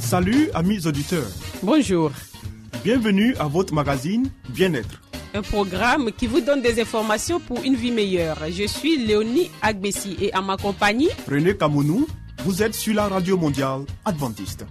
Salut amis auditeurs. Bonjour. Bienvenue à votre magazine Bien-être. Un programme qui vous donne des informations pour une vie meilleure. Je suis Léonie Agbessi et à ma compagnie, René Kamounou, vous êtes sur la radio mondiale adventiste.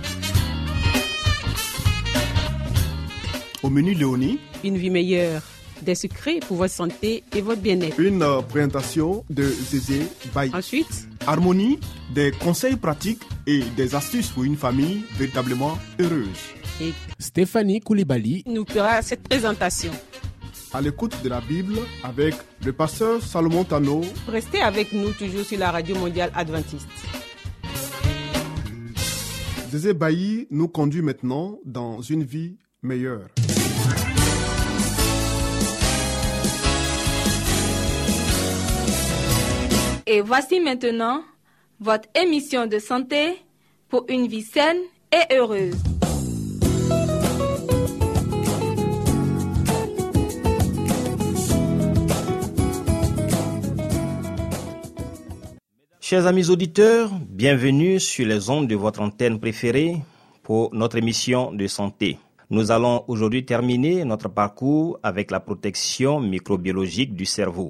Au menu Léonie, une vie meilleure, des secrets pour votre santé et votre bien-être. Une présentation de Zézé Baye. Ensuite, Harmonie, des conseils pratiques et des astuces pour une famille véritablement heureuse. Et Stéphanie Koulibaly nous fera cette présentation. À l'écoute de la Bible avec le pasteur Salomon Tano. Restez avec nous toujours sur la radio mondiale adventiste. Zézé Baye nous conduit maintenant dans une vie meilleure. Et voici maintenant votre émission de santé pour une vie saine et heureuse. Chers amis auditeurs, bienvenue sur les ondes de votre antenne préférée pour notre émission de santé. Nous allons aujourd'hui terminer notre parcours avec la protection microbiologique du cerveau.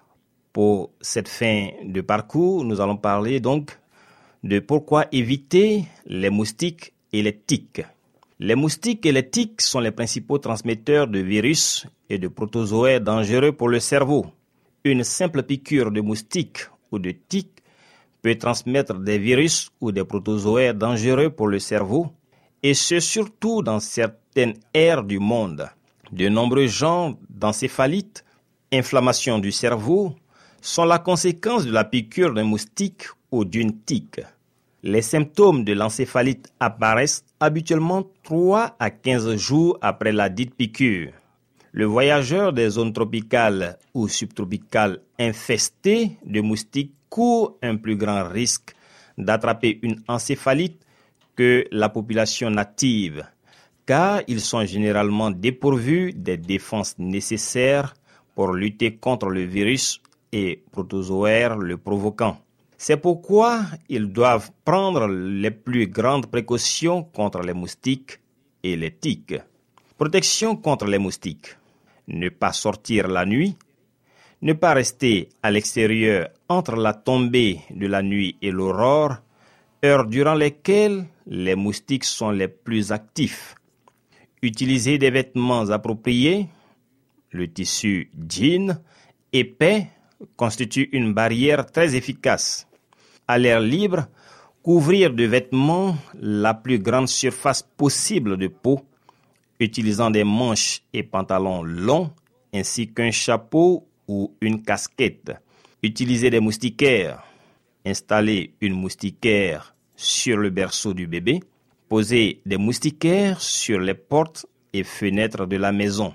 Pour cette fin de parcours, nous allons parler donc de pourquoi éviter les moustiques et les tiques. Les moustiques et les tiques sont les principaux transmetteurs de virus et de protozoaires dangereux pour le cerveau. Une simple piqûre de moustique ou de tique peut transmettre des virus ou des protozoaires dangereux pour le cerveau, et ce surtout dans certaines aires du monde. De nombreux genres d'encéphalite, inflammation du cerveau, sont la conséquence de la piqûre d'un moustique ou d'une tique. Les symptômes de l'encéphalite apparaissent habituellement 3 à 15 jours après la dite piqûre. Le voyageur des zones tropicales ou subtropicales infesté de moustiques court un plus grand risque d'attraper une encéphalite que la population native, car ils sont généralement dépourvus des défenses nécessaires pour lutter contre le virus et protozoaires le provoquant. C'est pourquoi ils doivent prendre les plus grandes précautions contre les moustiques et les tiques. Protection contre les moustiques. Ne pas sortir la nuit. Ne pas rester à l'extérieur entre la tombée de la nuit et l'aurore, heures durant lesquelles les moustiques sont les plus actifs. Utiliser des vêtements appropriés. Le tissu jean épais constitue une barrière très efficace. À l'air libre, couvrir de vêtements la plus grande surface possible de peau, utilisant des manches et pantalons longs, ainsi qu'un chapeau ou une casquette. Utiliser des moustiquaires. Installer une moustiquaire sur le berceau du bébé. Poser des moustiquaires sur les portes et fenêtres de la maison.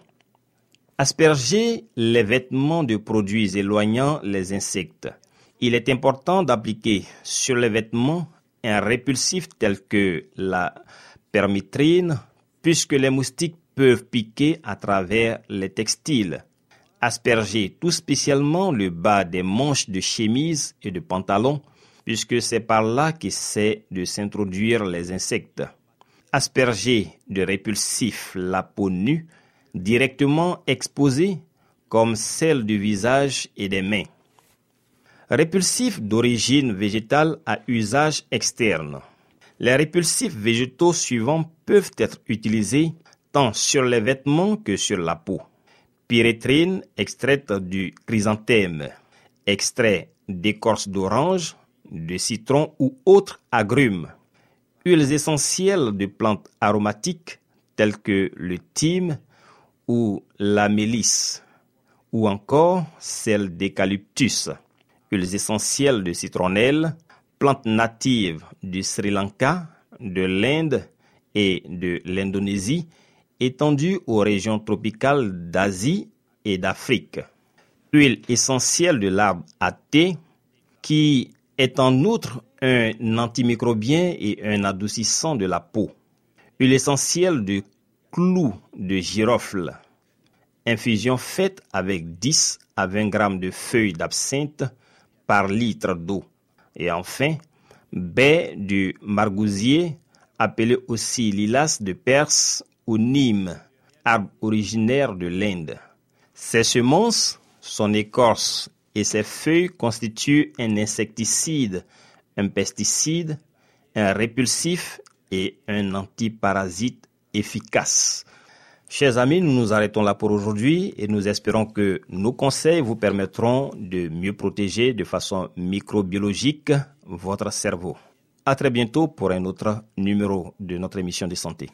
Asperger les vêtements de produits éloignant les insectes. Il est important d'appliquer sur les vêtements un répulsif tel que la permétrine, puisque les moustiques peuvent piquer à travers les textiles. Asperger tout spécialement le bas des manches de chemise et de pantalon, puisque c'est par là qu'essaient de s'introduire les insectes. Asperger de répulsif la peau nue, directement exposée, comme celle du visage et des mains. Répulsifs d'origine végétale à usage externe. Les répulsifs végétaux suivants peuvent être utilisés tant sur les vêtements que sur la peau. Pyréthrine extraite du chrysanthème, extrait d'écorce d'orange, de citron ou autres agrumes. Huiles essentielles de plantes aromatiques telles que le thym ou la mélisse, ou encore celles d'eucalyptus. Huiles essentielles de citronnelle, plantes natives du Sri Lanka, de l'Inde et de l'Indonésie, étendues aux régions tropicales d'Asie et d'Afrique. Huile essentielle de l'arbre à thé, qui est en outre un antimicrobien et un adoucissant de la peau. Huile essentielle de clou de girofle. Infusion faite avec 10 à 20 grammes de feuilles d'absinthe par litre d'eau. Et enfin, baies du margousier appelé aussi lilas de Perse ou Nîmes, arbre originaire de l'Inde. Ses semences, son écorce et ses feuilles constituent un insecticide, un pesticide, un répulsif et un antiparasite efficace. Chers amis, nous nous arrêtons là pour aujourd'hui et nous espérons que nos conseils vous permettront de mieux protéger de façon microbiologique votre cerveau. À très bientôt pour un autre numéro de notre émission de santé.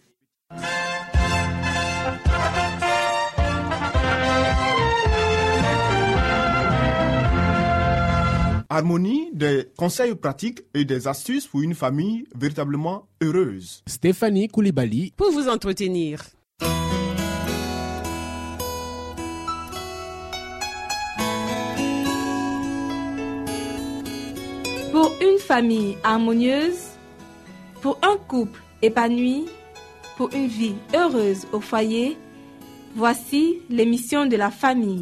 Harmonie, des conseils pratiques et des astuces pour une famille véritablement heureuse. Stéphanie Koulibaly pour vous entretenir. Pour une famille harmonieuse, pour un couple épanoui, pour une vie heureuse au foyer, voici l'émission de la famille.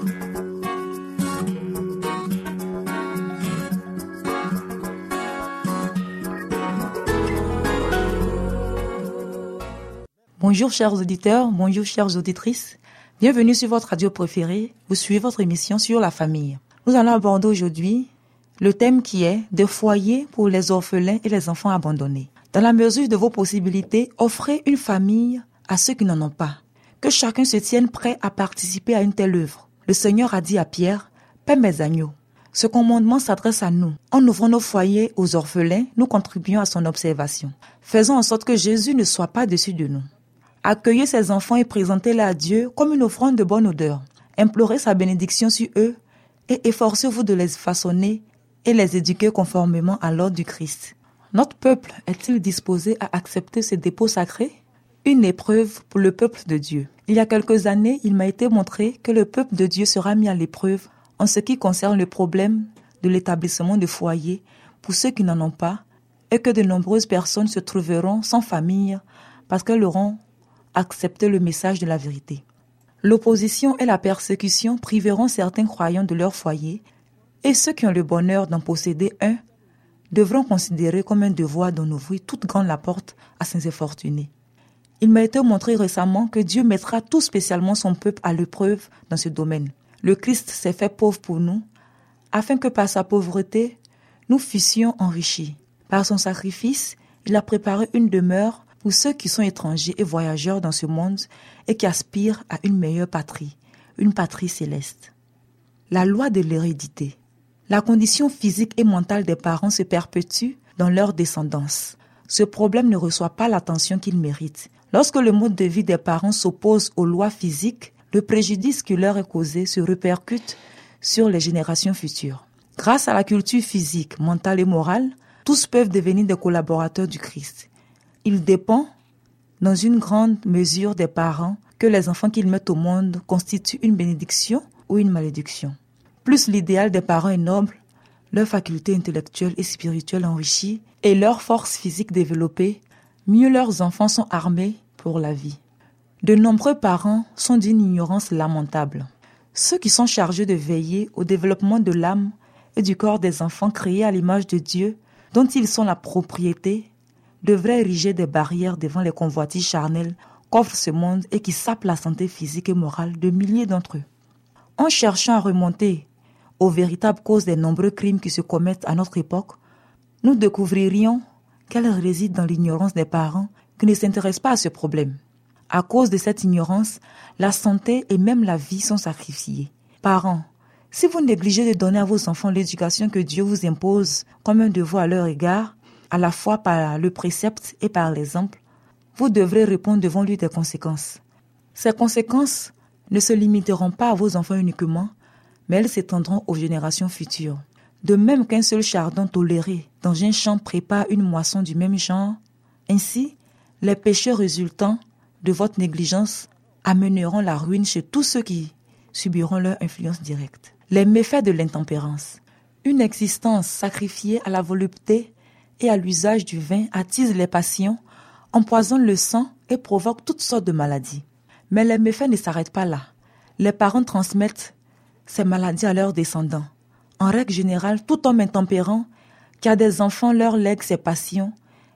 Bonjour chers auditeurs, bonjour chères auditrices. Bienvenue sur votre radio préférée. Vous suivez votre émission sur la famille. Nous allons aborder aujourd'hui le thème qui est des foyers pour les orphelins et les enfants abandonnés. Dans la mesure de vos possibilités, offrez une famille à ceux qui n'en ont pas. Que chacun se tienne prêt à participer à une telle œuvre. Le Seigneur a dit à Pierre, « Paie mes agneaux ». Ce commandement s'adresse à nous. En ouvrant nos foyers aux orphelins, nous contribuons à son observation. Faisons en sorte que Jésus ne soit pas dessus de nous. Accueillez ces enfants et présentez-les à Dieu comme une offrande de bonne odeur. Implorez sa bénédiction sur eux et efforcez-vous de les façonner et les éduquer conformément à l'ordre du Christ. Notre peuple est-il disposé à accepter ce dépôt sacré? Une épreuve pour le peuple de Dieu. Il y a quelques années, il m'a été montré que le peuple de Dieu sera mis à l'épreuve en ce qui concerne le problème de l'établissement de foyers pour ceux qui n'en ont pas et que de nombreuses personnes se trouveront sans famille parce qu'elles auront accepter le message de la vérité. L'opposition et la persécution priveront certains croyants de leur foyer et ceux qui ont le bonheur d'en posséder un devront considérer comme un devoir d'en ouvrir toute grande la porte à ces infortunés. Il m'a été montré récemment que Dieu mettra tout spécialement son peuple à l'épreuve dans ce domaine. Le Christ s'est fait pauvre pour nous afin que par sa pauvreté, nous fussions enrichis. Par son sacrifice, il a préparé une demeure pour ceux qui sont étrangers et voyageurs dans ce monde et qui aspirent à une meilleure patrie, une patrie céleste. La loi de l'hérédité. La condition physique et mentale des parents se perpétue dans leur descendance. Ce problème ne reçoit pas l'attention qu'il mérite. Lorsque le mode de vie des parents s'oppose aux lois physiques, le préjudice qui leur est causé se répercute sur les générations futures. Grâce à la culture physique, mentale et morale, tous peuvent devenir des collaborateurs du Christ. Il dépend, dans une grande mesure, des parents que les enfants qu'ils mettent au monde constituent une bénédiction ou une malédiction. Plus l'idéal des parents est noble, leur faculté intellectuelle et spirituelle enrichie et leur force physique développée, mieux leurs enfants sont armés pour la vie. De nombreux parents sont d'une ignorance lamentable. Ceux qui sont chargés de veiller au développement de l'âme et du corps des enfants créés à l'image de Dieu, dont ils sont la propriété, devraient ériger des barrières devant les convoitises charnelles qu'offre ce monde et qui sapent la santé physique et morale de milliers d'entre eux. En cherchant à remonter aux véritables causes des nombreux crimes qui se commettent à notre époque, nous découvririons qu'elles résident dans l'ignorance des parents qui ne s'intéressent pas à ce problème. À cause de cette ignorance, la santé et même la vie sont sacrifiées. Parents, si vous négligez de donner à vos enfants l'éducation que Dieu vous impose comme un devoir à leur égard, à la fois par le précepte et par l'exemple, vous devrez répondre devant lui des conséquences. Ces conséquences ne se limiteront pas à vos enfants uniquement, mais elles s'étendront aux générations futures. De même qu'un seul chardon toléré dans un champ prépare une moisson du même genre, ainsi, les péchés résultant de votre négligence amèneront la ruine chez tous ceux qui subiront leur influence directe. Les méfaits de l'intempérance. Une existence sacrifiée à la volupté et à l'usage du vin attise les passions, empoisonne le sang et provoque toutes sortes de maladies. Mais les méfaits ne s'arrêtent pas là. Les parents transmettent ces maladies à leurs descendants. En règle générale, tout homme intempérant qui a des enfants leur lègue ses passions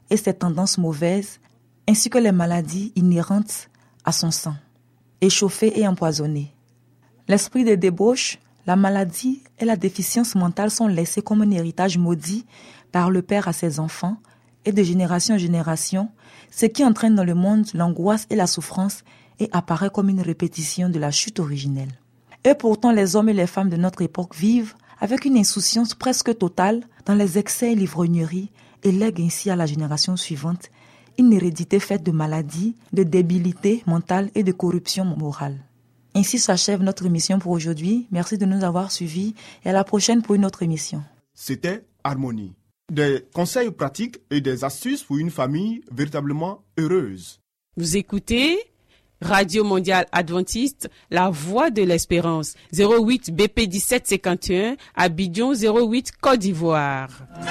et ses tendances mauvaises, ainsi que les maladies inhérentes à son sang, échauffé et empoisonné. L'esprit de débauche, la maladie et la déficience mentale sont laissés comme un héritage maudit par le père à ses enfants et de génération en génération, ce qui entraîne dans le monde l'angoisse et la souffrance et apparaît comme une répétition de la chute originelle. Et pourtant, les hommes et les femmes de notre époque vivent avec une insouciance presque totale dans les excès et l'ivrognerie et lèguent ainsi à la génération suivante une hérédité faite de maladies, de débilité mentale et de corruption morale. Ainsi s'achève notre émission pour aujourd'hui. Merci de nous avoir suivis et à la prochaine pour une autre émission. C'était Harmonie. Des conseils pratiques et des astuces pour une famille véritablement heureuse. Vous écoutez Radio Mondiale Adventiste, la voix de l'espérance, 08 BP 1751, Abidjan 08 Côte d'Ivoire.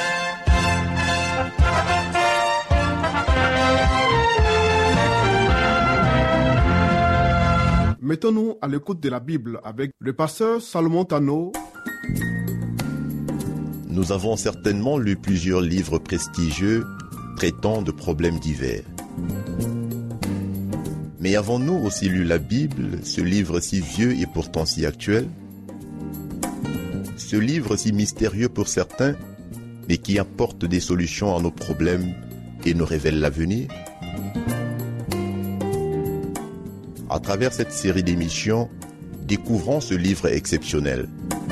Mettons-nous à l'écoute de la Bible avec le pasteur Salomon Tano. Nous avons certainement lu plusieurs livres prestigieux traitant de problèmes divers. Mais avons-nous aussi lu la Bible, ce livre si vieux et pourtant si actuel? Ce livre si mystérieux pour certains, mais qui apporte des solutions à nos problèmes et nous révèle l'avenir? À travers cette série d'émissions, découvrons ce livre exceptionnel.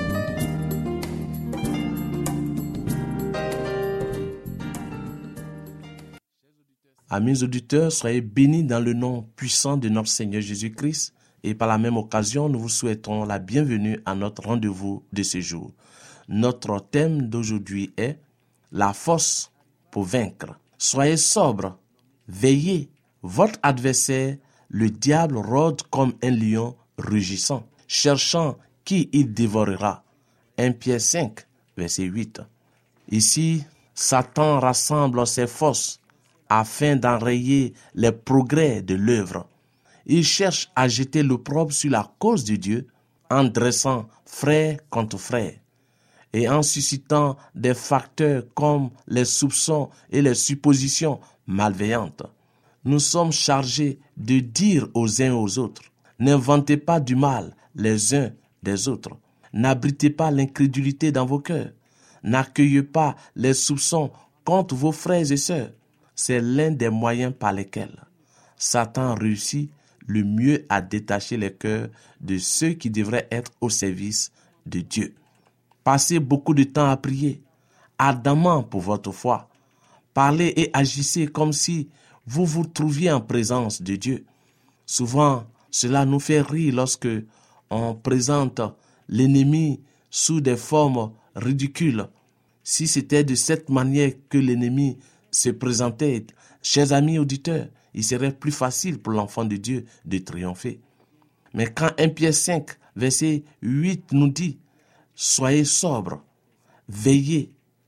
Amis auditeurs, soyez bénis dans le nom puissant de notre Seigneur Jésus-Christ et par la même occasion, nous vous souhaitons la bienvenue à notre rendez-vous de ce jour. Notre thème d'aujourd'hui est la force pour vaincre. Soyez sobres, veillez, votre adversaire, le diable rôde comme un lion rugissant, cherchant qui il dévorera. 1 Pierre 5, verset 8. Ici, Satan rassemble ses forces afin d'enrayer les progrès de l'œuvre. Il cherche à jeter l'opprobre sur la cause de Dieu en dressant frère contre frère et en suscitant des facteurs comme les soupçons et les suppositions malveillantes. Nous sommes chargés de dire aux uns aux autres, n'inventez pas du mal les uns des autres, n'abritez pas l'incrédulité dans vos cœurs, n'accueillez pas les soupçons contre vos frères et sœurs. C'est l'un des moyens par lesquels Satan réussit le mieux à détacher les cœurs de ceux qui devraient être au service de Dieu. Passez beaucoup de temps à prier, ardemment pour votre foi. Parlez et agissez comme si vous vous trouviez en présence de Dieu. Souvent, cela nous fait rire lorsque on présente l'ennemi sous des formes ridicules. Si c'était de cette manière que l'ennemi se présentait, chers amis auditeurs, il serait plus facile pour l'enfant de Dieu de triompher. Mais quand 1 Pierre 5, verset 8 nous dit « Soyez sobres, veillez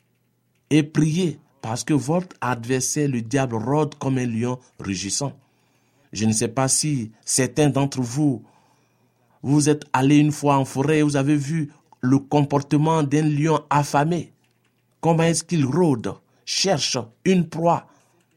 et priez, parce que votre adversaire, le diable, rôde comme un lion rugissant. » Je ne sais pas si certains d'entre vous, vous êtes allés une fois en forêt et vous avez vu le comportement d'un lion affamé. Comment est-ce qu'il rôde, cherche une proie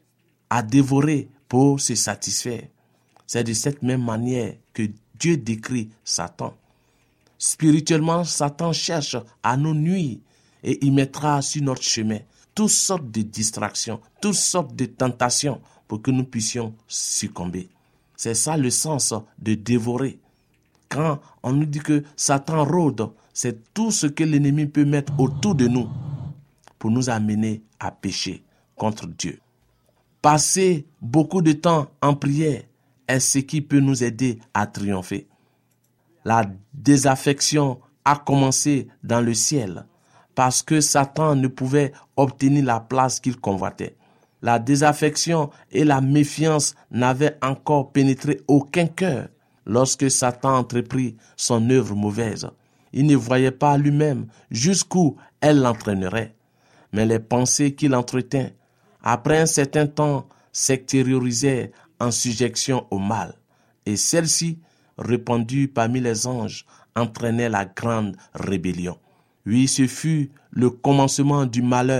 à dévorer pour se satisfaire. C'est de cette même manière que Dieu décrit Satan. Spirituellement, Satan cherche à nous nuire et il mettra sur notre chemin toutes sortes de distractions, toutes sortes de tentations pour que nous puissions succomber. C'est ça le sens de dévorer. Quand on nous dit que Satan rôde, c'est tout ce que l'ennemi peut mettre autour de nous pour nous amener à pécher contre Dieu. Passer beaucoup de temps en prière est ce qui peut nous aider à triompher. La désaffection a commencé dans le ciel parce que Satan ne pouvait obtenir la place qu'il convoitait. La désaffection et la méfiance n'avaient encore pénétré aucun cœur lorsque Satan entreprit son œuvre mauvaise. Il ne voyait pas lui-même jusqu'où elle l'entraînerait. Mais les pensées qu'il entretint, après un certain temps, s'extériorisèrent en subjection au mal. Et celle-ci, répandue parmi les anges, entraînait la grande rébellion. Oui, ce fut le commencement du malheur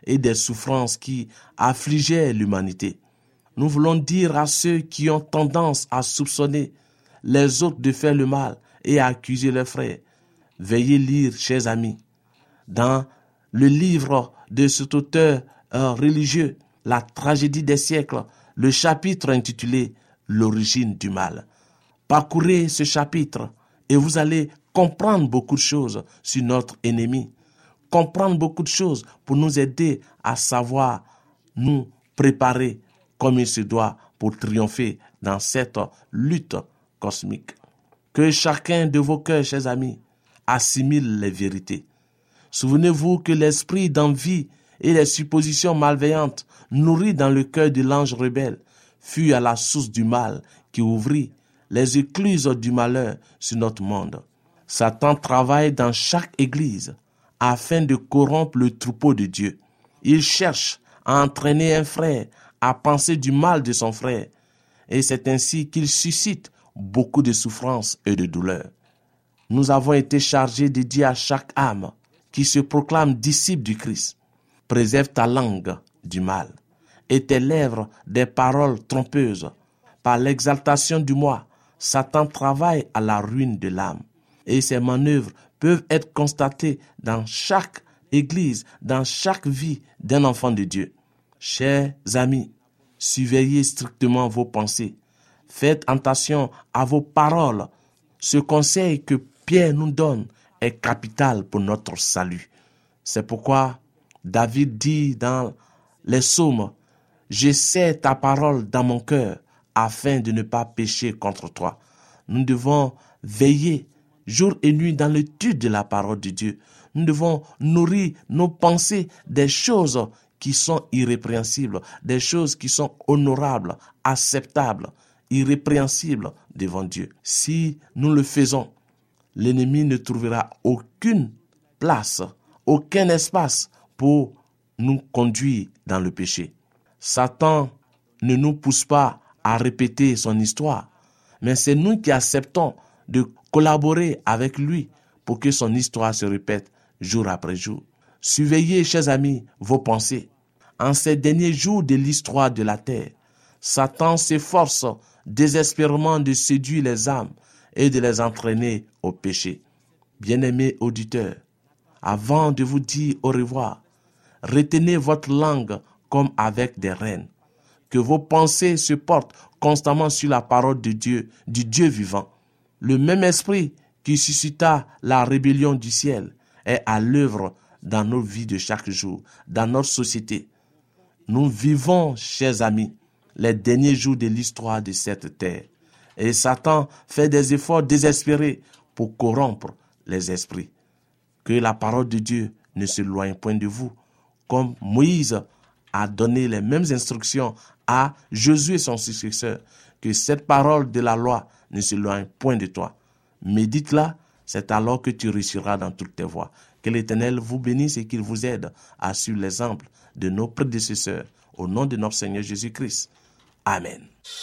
et des souffrances qui affligeaient l'humanité. Nous voulons dire à ceux qui ont tendance à soupçonner les autres de faire le mal et à accuser leurs frères, veuillez lire, chers amis, dans le livre de cet auteur religieux, La tragédie des siècles, le chapitre intitulé « L'origine du mal ». Parcourez ce chapitre et vous allez comprendre beaucoup de choses sur notre ennemi, comprendre beaucoup de choses pour nous aider à savoir nous préparer comme il se doit pour triompher dans cette lutte cosmique. Que chacun de vos cœurs, chers amis, assimile les vérités. Souvenez-vous que l'esprit d'envie et les suppositions malveillantes nourries dans le cœur de l'ange rebelle fut à la source du mal qui ouvrit les écluses du malheur sur notre monde. Satan travaille dans chaque église afin de corrompre le troupeau de Dieu. Il cherche à entraîner un frère à penser du mal de son frère, et c'est ainsi qu'il suscite beaucoup de souffrances et de douleurs. Nous avons été chargés de dire à chaque âme qui se proclame disciple du Christ, préserve ta langue du mal et tes lèvres des paroles trompeuses. Par l'exaltation du moi, Satan travaille à la ruine de l'âme et ses manœuvres peuvent être constatées dans chaque église, dans chaque vie d'un enfant de Dieu. Chers amis, surveillez strictement vos pensées. Faites attention à vos paroles. Ce conseil que Pierre nous donne est capital pour notre salut. C'est pourquoi David dit dans les psaumes, « Je sais ta parole dans mon cœur, afin de ne pas pécher contre toi. » Nous devons veiller jour et nuit dans l'étude de la parole de Dieu. Nous devons nourrir nos pensées des choses qui sont irrépréhensibles, des choses qui sont honorables, acceptables, irrépréhensibles devant Dieu. Si nous le faisons, l'ennemi ne trouvera aucune place, aucun espace pour nous conduire dans le péché. Satan ne nous pousse pas à répéter son histoire, mais c'est nous qui acceptons de collaborer avec lui pour que son histoire se répète jour après jour. Surveillez, chers amis, vos pensées. En ces derniers jours de l'histoire de la terre, Satan s'efforce désespérément de séduire les âmes et de les entraîner au péché. Bien-aimés auditeurs, avant de vous dire au revoir, retenez votre langue comme avec des rênes. Que vos pensées se portent constamment sur la parole de Dieu, du Dieu vivant. Le même esprit qui suscita la rébellion du ciel est à l'œuvre dans nos vies de chaque jour, dans notre société. Nous vivons, chers amis, les derniers jours de l'histoire de cette terre. Et Satan fait des efforts désespérés pour corrompre les esprits. Que la parole de Dieu ne s'éloigne point de vous, comme Moïse a donné les mêmes instructions à Josué son successeur. Que cette parole de la loi ne s'éloigne point de toi. Médite-la, c'est alors que tu réussiras dans toutes tes voies. Que l'Éternel vous bénisse et qu'il vous aide à suivre l'exemple de nos prédécesseurs. Au nom de notre Seigneur Jésus-Christ. Amen.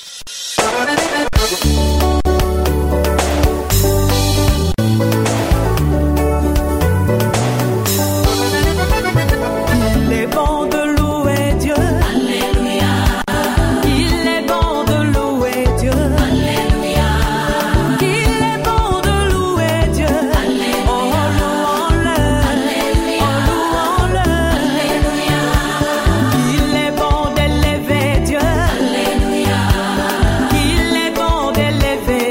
Il est bon de louer Dieu. Alléluia. Il est bon de louer Dieu. Alléluia. Il est bon de louer Dieu. Alléluia. Oh, louons-le. Alléluia. Oh, louons-le. Alléluia. Il est bon d'élever Dieu. Alléluia. Il est bon d'élever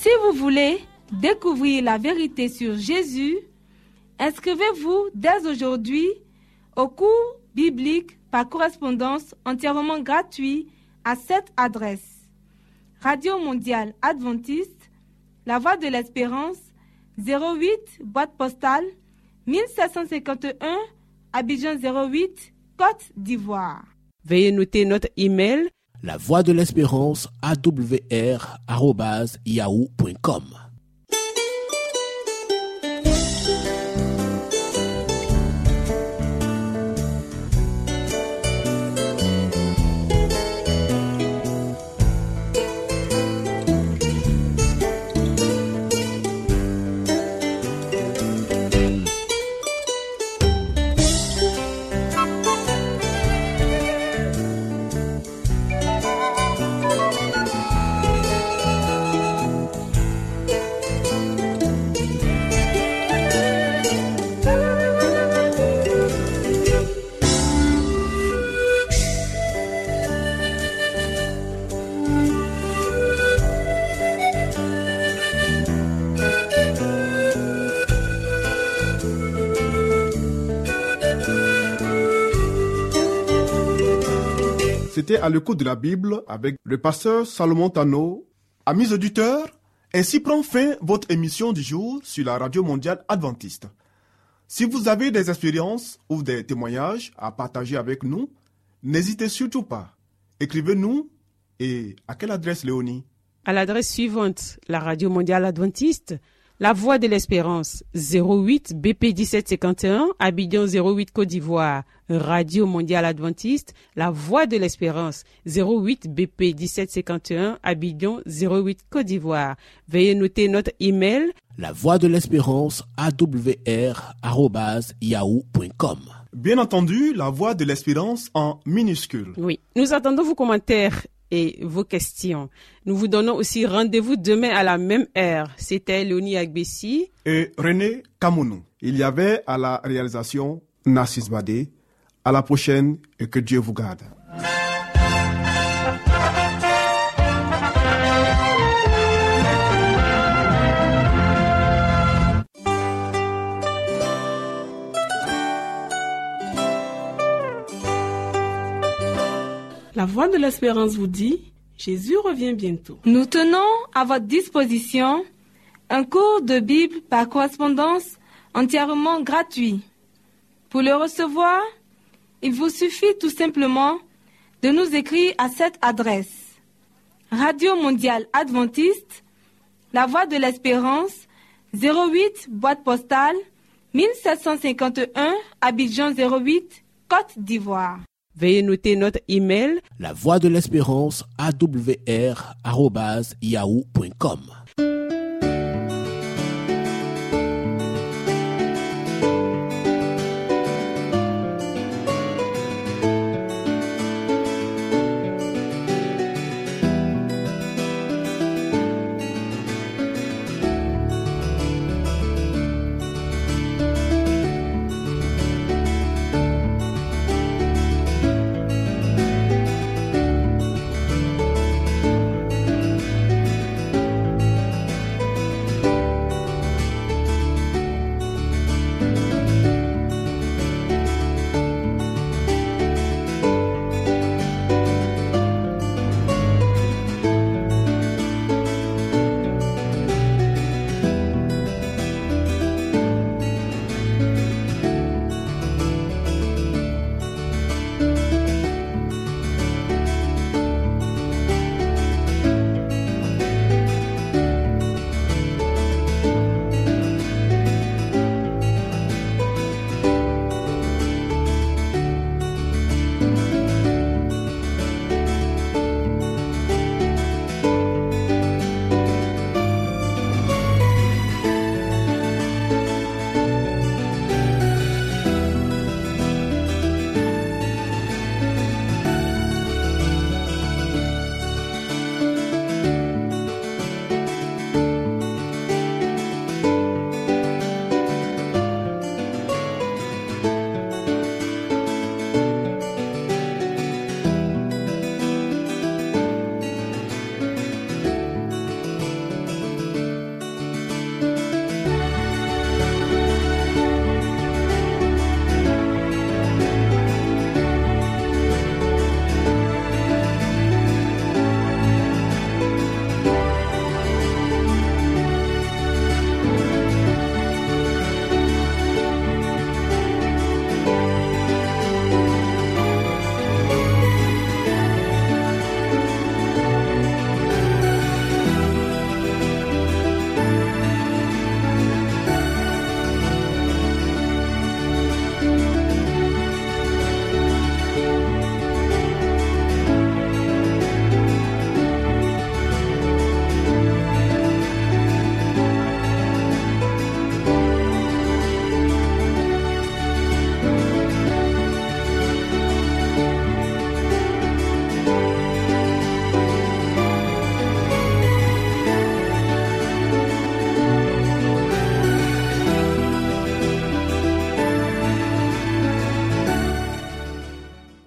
Si vous voulez découvrir la vérité sur Jésus, inscrivez-vous dès aujourd'hui au cours biblique par correspondance entièrement gratuit à cette adresse. Radio Mondiale Adventiste, La Voix de l'Espérance, 08, boîte postale, 1751, Abidjan 08, Côte d'Ivoire. Veuillez noter notre email La Voix de l'Espérance awr@yahoo.com. C'était à l'écoute de la Bible avec le pasteur Salomon Tano. Amis auditeurs, ainsi prend fin votre émission du jour sur la Radio Mondiale Adventiste. Si vous avez des expériences ou des témoignages à partager avec nous, n'hésitez surtout pas. Écrivez-nous et à quelle adresse, Léonie? à l'adresse suivante, la Radio Mondiale Adventiste, La Voix de l'Espérance, 08 BP 1751, Abidjan 08 Côte d'Ivoire. Radio Mondiale Adventiste, La Voix de l'Espérance, 08 BP 1751, Abidjan 08 Côte d'Ivoire. Veuillez noter notre email, La Voix de l'Espérance awr@yahoo.com. Bien entendu, La Voix de l'Espérance en minuscule. Oui, nous attendons vos commentaires et vos questions. Nous vous donnons aussi rendez-vous demain à la même heure. C'était Léonie Agbessi et René Kamounou. Il y avait à la réalisation Narcisse Badé. À la prochaine et que Dieu vous garde. La Voix de l'Espérance vous dit, Jésus revient bientôt. Nous tenons à votre disposition un cours de Bible par correspondance entièrement gratuit. Pour le recevoir, il vous suffit tout simplement de nous écrire à cette adresse. Radio Mondiale Adventiste, La Voix de l'Espérance, 08, boîte postale, 1751, Abidjan 08, Côte d'Ivoire. Veuillez noter notre email, La Voix de l'Espérance awr@yahoo.com.